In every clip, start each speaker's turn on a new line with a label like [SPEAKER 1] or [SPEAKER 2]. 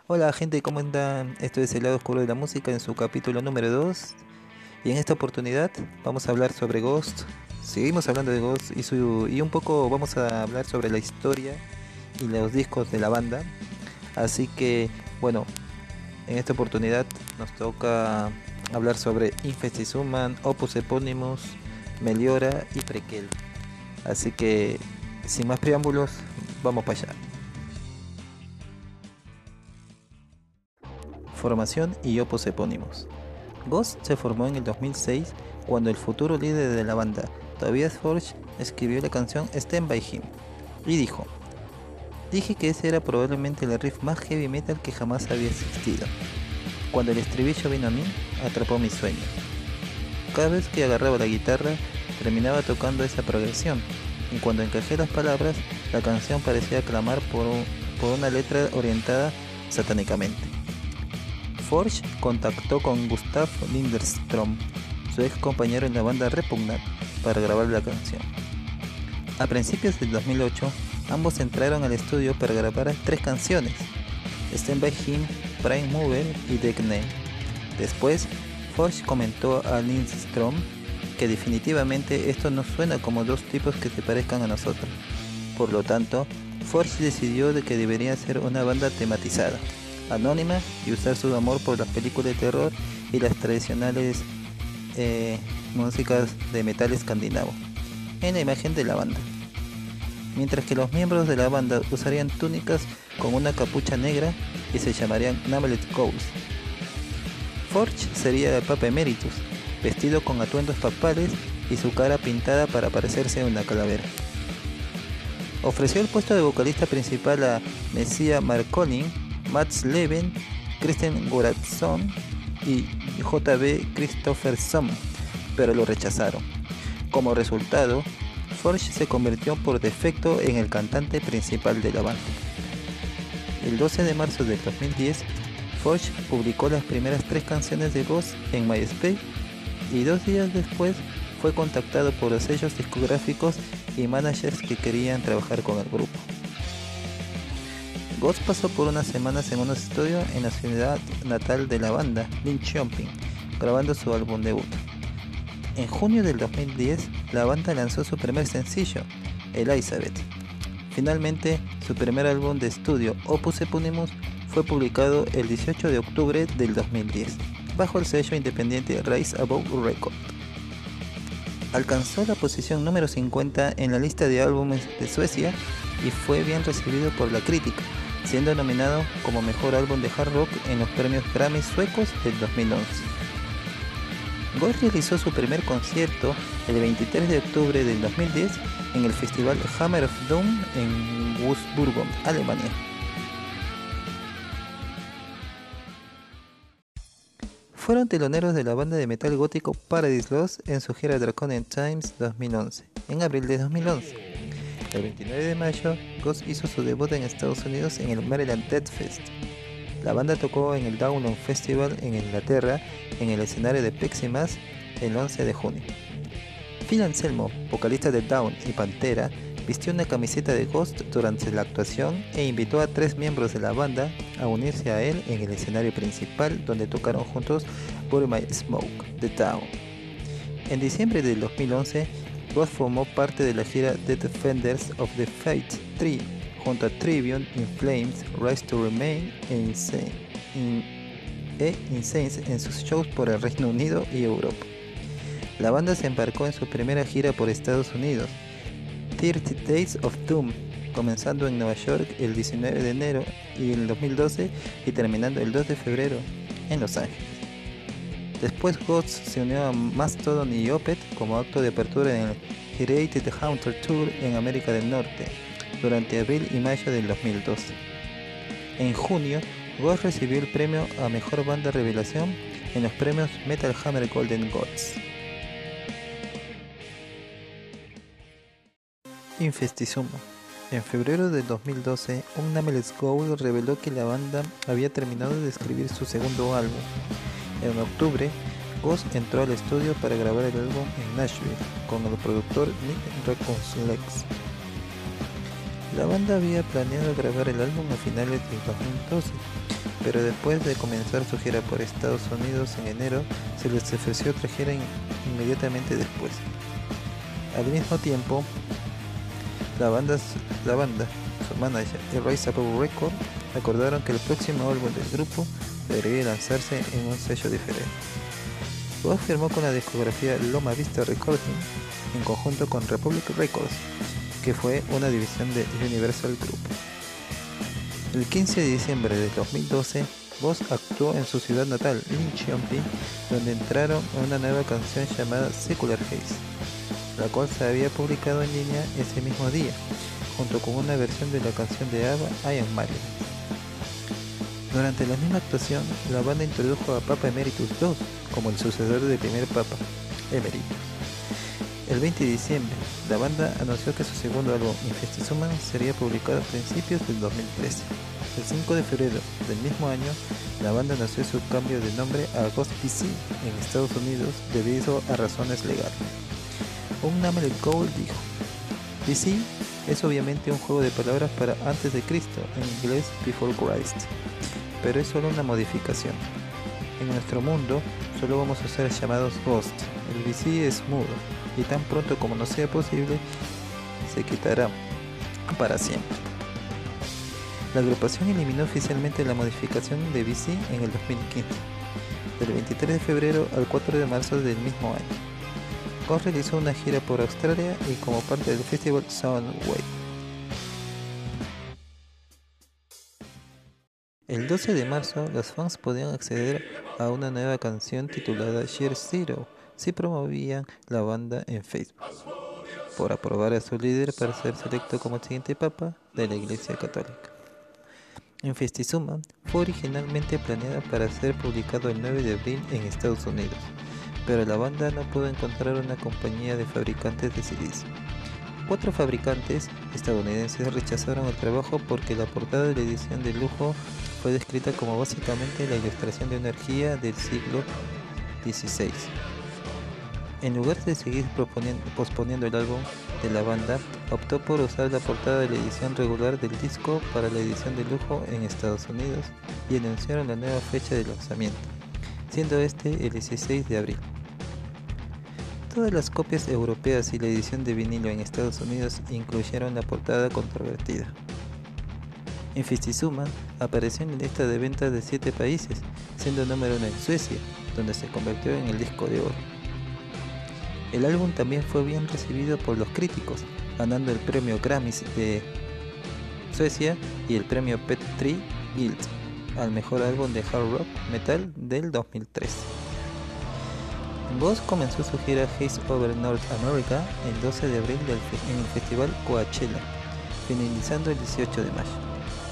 [SPEAKER 1] Hola gente, ¿cómo andan? Esto es El lado oscuro de la música en su capítulo número 2. Y en esta oportunidad vamos a hablar sobre Ghost. Seguimos hablando de Ghost y un poco vamos a hablar sobre la historia y los discos de la banda. Así que, bueno, en esta oportunidad nos toca hablar sobre Infestis Human, Opus Eponymus, Meliora y Prequel. Así que, sin más preámbulos, vamos para allá. Formación y Opus Eponymus. Ghost se formó en el 2006 cuando el futuro líder de la banda, Tobias Forge, escribió la canción Stand By Him y dijo: "Dije que ese era probablemente el riff más heavy metal que jamás había existido. Cuando el estribillo vino a mí, atrapó mi sueño. Cada vez que agarraba la guitarra, terminaba tocando esa progresión, y cuando encajé las palabras, la canción parecía clamar por una letra orientada satánicamente". Forge contactó con Gustav Linderstrom, su ex compañero en la banda Repugnant, para grabar la canción. A principios del 2008, ambos entraron al estudio para grabar 3 canciones: Stand By Him, Prime Mover y Deck Name. Después, Forge comentó a Lindstrom que definitivamente esto no suena como dos tipos que se parezcan a nosotros. Por lo tanto, Forge decidió de que debería ser una banda tematizada, anónima, y usar su amor por las películas de terror y las tradicionales músicas de metal escandinavo en la imagen de la banda, mientras que los miembros de la banda usarían túnicas con una capucha negra y se llamarían Nameless Ghosts. Forge sería el Papa Emeritus, vestido con atuendos papales y su cara pintada para parecerse a una calavera. Ofreció el puesto de vocalista principal a Messia Marcolin, Mats Leven, Kristen Goransson y J.B. Kristoffersson, pero lo rechazaron. Como resultado, Forge se convirtió por defecto en el cantante principal de la banda. El 12 de marzo del 2010, Forge publicó las primeras 3 canciones de Ghost en MySpace y 2 días después fue contactado por los sellos discográficos y managers que querían trabajar con el grupo. Ghost pasó por unas semanas en un estudio en la ciudad natal de la banda, Linköping, grabando su álbum debut. En junio del 2010, la banda lanzó su primer sencillo, Elizabeth. Finalmente, su primer álbum de estudio, Opus Eponymus, fue publicado el 18 de octubre del 2010, bajo el sello independiente Rise Above Records. Alcanzó la posición número 50 en la lista de álbumes de Suecia y fue bien recibido por la crítica, siendo nominado como mejor álbum de hard rock en los premios Grammy suecos del 2011. Ghost realizó su primer concierto el 23 de octubre del 2010 en el festival Hammer of Doom en Wurzburgo, Alemania. Fueron teloneros de la banda de metal gótico Paradise Lost en su gira Draconian Times 2011, en abril de 2011. El 29 de mayo, Ghost hizo su debut en Estados Unidos en el Maryland Death Fest. La banda tocó en el Download Festival en Inglaterra en el escenario de Pepsi Mass el 11 de junio. Phil Anselmo, vocalista de Down y Pantera, vistió una camiseta de Ghost durante la actuación e invitó a 3 miembros de la banda a unirse a él en el escenario principal, donde tocaron juntos Bury My Smoke de Down. En diciembre del 2011, Ghost formó parte de la gira The Defenders of the Faith 3 junto a Trivium, In Flames, Rise to Remain e Insane en sus shows por el Reino Unido y Europa. La banda se embarcó en su primera gira por Estados Unidos, 30 Days of Doom, comenzando en Nueva York el 19 de enero y el 2012 y terminando el 2 de febrero en Los Ángeles. Después Ghost se unió a Mastodon y Opeth como acto de apertura en el Hereditary Haunter Tour en América del Norte durante abril y mayo del 2012. En junio, Ghost recibió el premio a Mejor Banda Revelación en los premios Metal Hammer Golden Gods. Infestis Human. En febrero de 2012, un Nameless Ghost reveló que la banda había terminado de escribir su segundo álbum. En octubre, Ghost entró al estudio para grabar el álbum en Nashville con el productor Nick Reconclex. La banda había planeado grabar el álbum a finales del 2012, pero después de comenzar su gira por Estados Unidos en enero, se les ofreció otra gira inmediatamente después. Al mismo tiempo, la banda, su manager y Rise Above Records acordaron que el próximo álbum del grupo debería lanzarse en un sello diferente. Ghost firmó con la discografía Loma Vista Recording en conjunto con Republic Records, que fue una división de Universal Group. El 15 de diciembre de 2012, Ghost actuó en su ciudad natal, Incheonpi, donde entraron a una nueva canción llamada Secular Haze, la cual se había publicado en línea ese mismo día, junto con una versión de la canción de ABBA, I Am Marilyn. Durante la misma actuación, la banda introdujo a Papa Emeritus II como el sucesor del primer Papa, Emeritus. El 20 de diciembre, la banda anunció que su segundo álbum, Infested Human, sería publicado a principios del 2013. El 5 de febrero del mismo año, la banda anunció su cambio de nombre a Ghost PC en Estados Unidos debido a razones legales. Namel Cole dijo: PC es obviamente un juego de palabras para antes de Cristo, en inglés Before Christ, pero es solo una modificación. En nuestro mundo solo vamos a ser llamados Ghost. El VC es mudo y tan pronto como nos sea posible se quitará para siempre. La agrupación eliminó oficialmente la modificación de VC en el 2015, del 23 de febrero al 4 de marzo del mismo año. Ghost realizó una gira por Australia y como parte del festival Soundwave. El 12 de marzo, los fans podían acceder a una nueva canción titulada Year Zero si promovían la banda en Facebook, por aprobar a su líder para ser selecto como el siguiente papa de la Iglesia Católica. Infested Human fue originalmente planeada para ser publicado el 9 de abril en Estados Unidos, pero la banda no pudo encontrar una compañía de fabricantes de CDs. 4 fabricantes estadounidenses rechazaron el trabajo porque la portada de la edición de lujo fue descrita como básicamente la ilustración de una orgía del siglo XVI. En lugar de seguir posponiendo el álbum de la banda, optó por usar la portada de la edición regular del disco para la edición de lujo en Estados Unidos y anunciaron la nueva fecha de lanzamiento, siendo este el 16 de abril. Todas las copias europeas y la edición de vinilo en Estados Unidos incluyeron la portada controvertida. Infested Human apareció en la lista de ventas de 7 países, siendo número 1 en Suecia, donde se convirtió en el disco de oro. El álbum también fue bien recibido por los críticos, ganando el premio Grammy de Suecia y el premio Petri Guild al mejor álbum de hard rock metal del 2013. Ghost comenzó su gira Haze Over North America el 12 de abril en el festival Coachella, finalizando el 18 de mayo.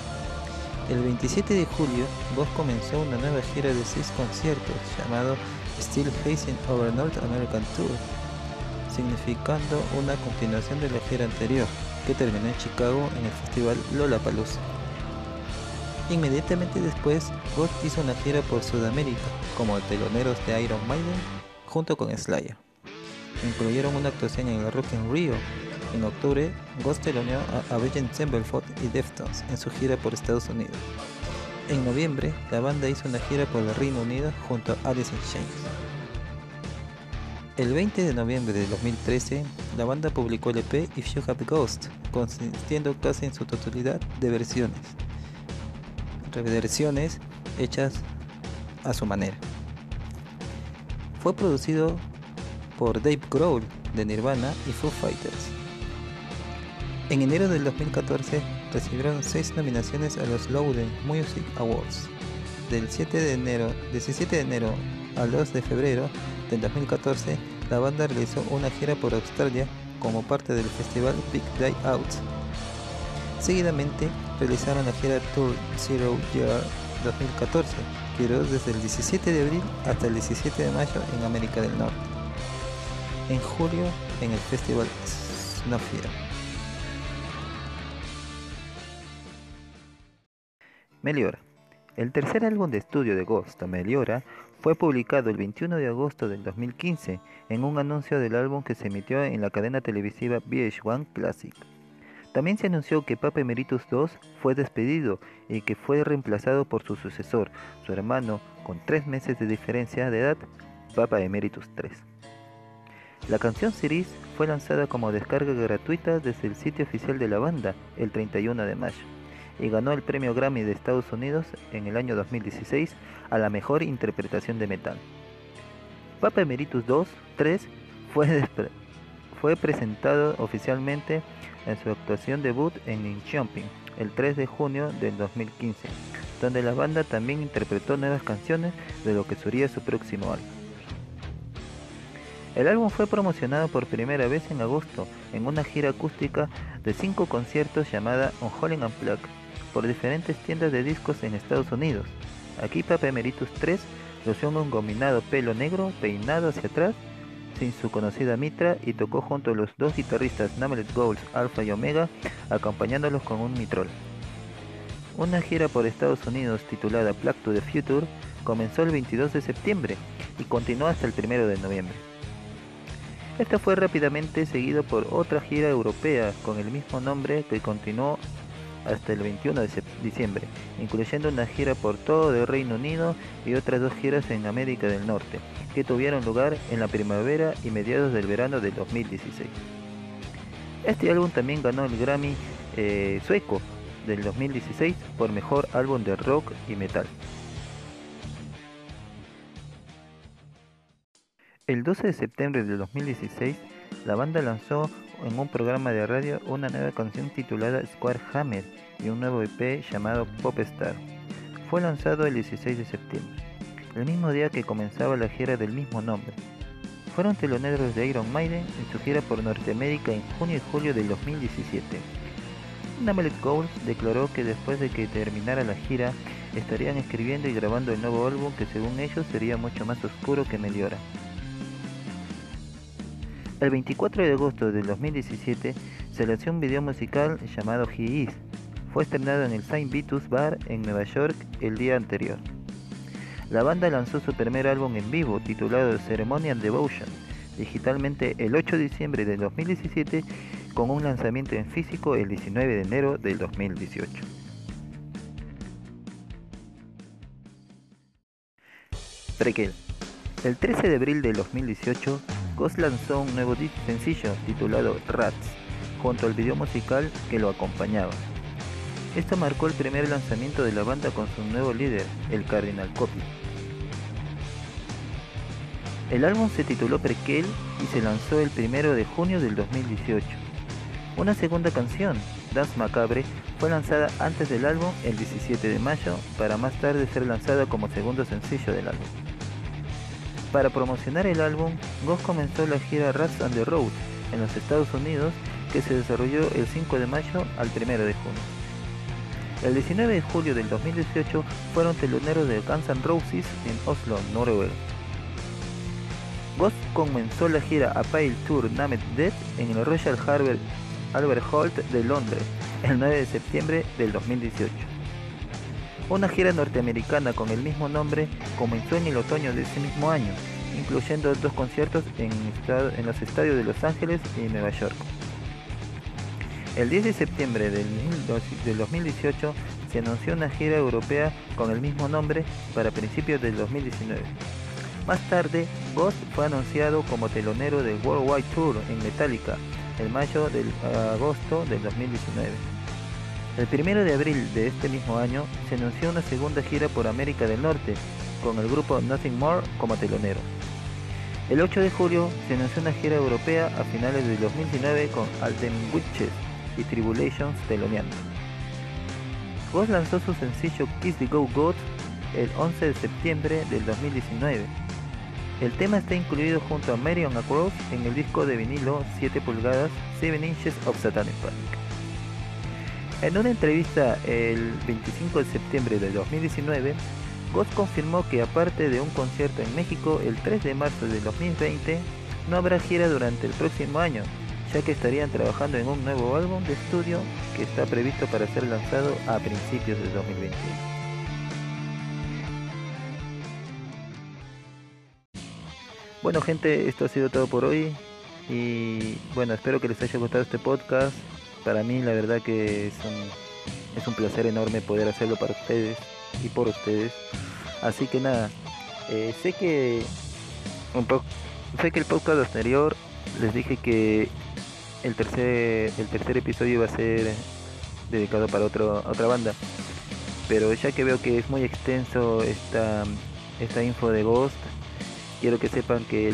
[SPEAKER 1] El 27 de julio, Ghost comenzó una nueva gira de 6 conciertos llamado Still Hazing Over North American Tour, significando una continuación de la gira anterior, que terminó en Chicago en el festival Lollapalooza. Inmediatamente después, Ghost hizo una gira por Sudamérica, como teloneros de Iron Maiden, junto con Slayer. Incluyeron una actuación en el Rock in Rio. En octubre, Ghost teloneó a Avenged Sevenfold y Deftones en su gira por Estados Unidos. En noviembre, la banda hizo una gira por el Reino Unido junto a Alice in Chains. El 20 de noviembre de 2013, la banda publicó el EP If You Have Ghost, consistiendo casi en su totalidad de versiones hechas a su manera. Fue producido por Dave Grohl de Nirvana y Foo Fighters. En enero del 2014 recibieron 6 nominaciones a los Loudon Music Awards. Del 17 de enero al 2 de febrero del 2014, la banda realizó una gira por Australia como parte del festival Big Day Out. Seguidamente realizaron la gira Tour Zero Year 2014, que duró desde el 17 de abril hasta el 17 de mayo en América del Norte. En julio, en el festival Snowfire. Meliora. El tercer álbum de estudio de Ghost, Meliora, fue publicado el 21 de agosto del 2015 en un anuncio del álbum que se emitió en la cadena televisiva VH1 Classic. También se anunció que Papa Emeritus II fue despedido y que fue reemplazado por su sucesor, su hermano con 3 meses de diferencia de edad, Papa Emeritus III. La canción Cerise fue lanzada como descarga gratuita desde el sitio oficial de la banda el 31 de mayo y ganó el premio Grammy de Estados Unidos en el año 2016 a la mejor interpretación de metal. Papa Emeritus III fue presentado oficialmente en su actuación debut en Inchomping el 3 de junio del 2015, donde la banda también interpretó nuevas canciones de lo que sería su próximo álbum. El álbum fue promocionado por primera vez en agosto en una gira acústica de 5 conciertos llamada Unholy Unplugged por diferentes tiendas de discos en Estados Unidos. Aquí Papa Emeritus III lució un gominado pelo negro peinado hacia atrás sin su conocida mitra y tocó junto a los dos guitarristas Nameless Goals Alpha y Omega, acompañándolos con un mitrol. Una gira por Estados Unidos titulada Plague to the Future comenzó el 22 de septiembre y continuó hasta el 1 de noviembre. Esta fue rápidamente seguido por otra gira europea con el mismo nombre que continuó hasta el 21 de diciembre, incluyendo una gira por todo el Reino Unido y otras 2 giras en América del Norte, que tuvieron lugar en la primavera y mediados del verano del 2016. Este álbum también ganó el Grammy sueco del 2016 por mejor álbum de rock y metal. El 12 de septiembre de 2016, la banda lanzó en un programa de radio una nueva canción titulada Square Hammer y un nuevo EP llamado Popstar. Fue lanzado el 16 de septiembre, el mismo día que comenzaba la gira del mismo nombre. Fueron teloneros de Iron Maiden en su gira por Norteamérica en junio y julio del 2017. Nameless Goals declaró que después de que terminara la gira, estarían escribiendo y grabando el nuevo álbum que según ellos sería mucho más oscuro que Meliora. El 24 de agosto del 2017 se lanzó un video musical llamado He Is. Fue estrenado en el Saint Vitus Bar en Nueva York el día anterior. La banda lanzó su primer álbum en vivo titulado Ceremony and Devotion digitalmente el 8 de diciembre del 2017 con un lanzamiento en físico el 19 de enero del 2018. Prequel. El 13 de abril del 2018, Ghost lanzó un nuevo sencillo titulado Rats, junto al video musical que lo acompañaba. Esto marcó el primer lanzamiento de la banda con su nuevo líder, el Cardinal Copy. El álbum se tituló Prequel y se lanzó el 1 de junio del 2018. Una segunda canción, Dance Macabre, fue lanzada antes del álbum el 17 de mayo para más tarde ser lanzada como segundo sencillo del álbum. Para promocionar el álbum, Ghost comenzó la gira Rats on the Road en los Estados Unidos que se desarrolló el 5 de mayo al 1 de junio. El 19 de julio del 2018 fueron teloneros de Guns N' Roses en Oslo, Noruega. Ghost comenzó la gira A Pale Tour Named Death en el Royal Albert Hall de Londres el 9 de septiembre del 2018. Una gira norteamericana con el mismo nombre comenzó en el otoño de ese mismo año, incluyendo 2 conciertos en los estadios de Los Ángeles y Nueva York. El 10 de septiembre del 2018 se anunció una gira europea con el mismo nombre para principios del 2019. Más tarde, Ghost fue anunciado como telonero del Worldwide Tour en Metallica el mayo del agosto del 2019. El 1 de abril de este mismo año se anunció una segunda gira por América del Norte con el grupo Nothing More como telonero. El 8 de julio se anunció una gira europea a finales del 2019 con Alden Witches y Tribulations teloneando. Ghost lanzó su sencillo Kiss the Go Gods el 11 de septiembre del 2019. El tema está incluido junto a Marion Across en el disco de vinilo 7 pulgadas 7 Inches of Satanic Panic. En una entrevista el 25 de septiembre de 2019, Ghost confirmó que aparte de un concierto en México el 3 de marzo de 2020, no habrá gira durante el próximo año, ya que estarían trabajando en un nuevo álbum de estudio que está previsto para ser lanzado a principios de 2021. Bueno gente, esto ha sido todo por hoy y bueno, espero que les haya gustado este podcast. para mí la verdad que es un placer enorme poder hacerlo para ustedes y por ustedes. Así que nada, sé que un po- sé que el podcast anterior les dije que el tercer episodio iba a ser dedicado para otra banda, pero ya que veo que es muy extenso esta info de Ghost, quiero que sepan que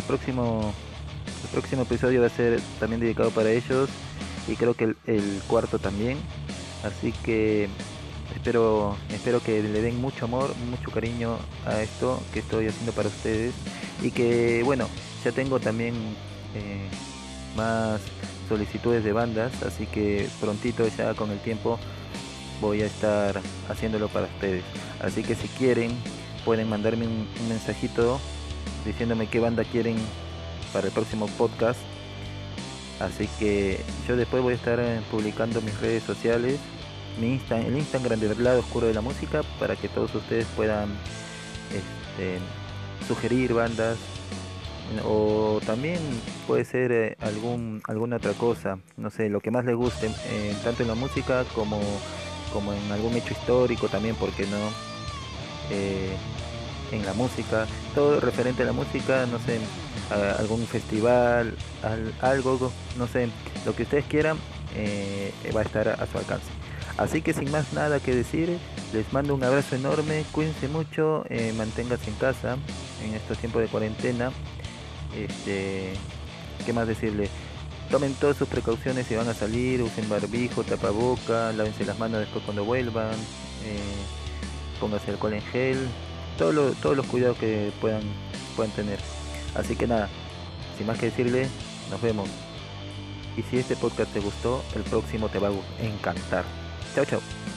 [SPEAKER 1] el próximo episodio va a ser también dedicado para ellos y creo que el cuarto también. Así que espero que le den mucho amor, mucho cariño a esto que estoy haciendo para ustedes. Y que bueno, ya tengo también eh, más solicitudes de bandas, así que prontito ya con el tiempo voy a estar haciéndolo para ustedes. Así que si quieren, pueden mandarme un mensajito diciéndome qué banda quieren para el próximo podcast. Así que yo después voy a estar publicando mis redes sociales, el Instagram de Lado Oscuro de la Música, para que todos ustedes puedan este, sugerir bandas o también puede ser alguna otra cosa, no sé, lo que más les guste, tanto en la música como en algún hecho histórico también, porque no. Eh, en la música, todo referente a la música, no sé, algún festival, algo, no sé, lo que ustedes quieran, va a estar a su alcance. Así que sin más nada que decir, les mando un abrazo enorme, cuídense mucho, manténganse en casa en estos tiempos de cuarentena. Este, ¿Qué más decirle? Tomen todas sus precauciones si van a salir, usen barbijo, tapaboca, lávense las manos después cuando vuelvan, pónganse alcohol en gel, todos los cuidados que puedan tener. Así que nada, sin más que decirle, nos vemos. Y si este podcast te gustó, el próximo te va a encantar. Chao, chao.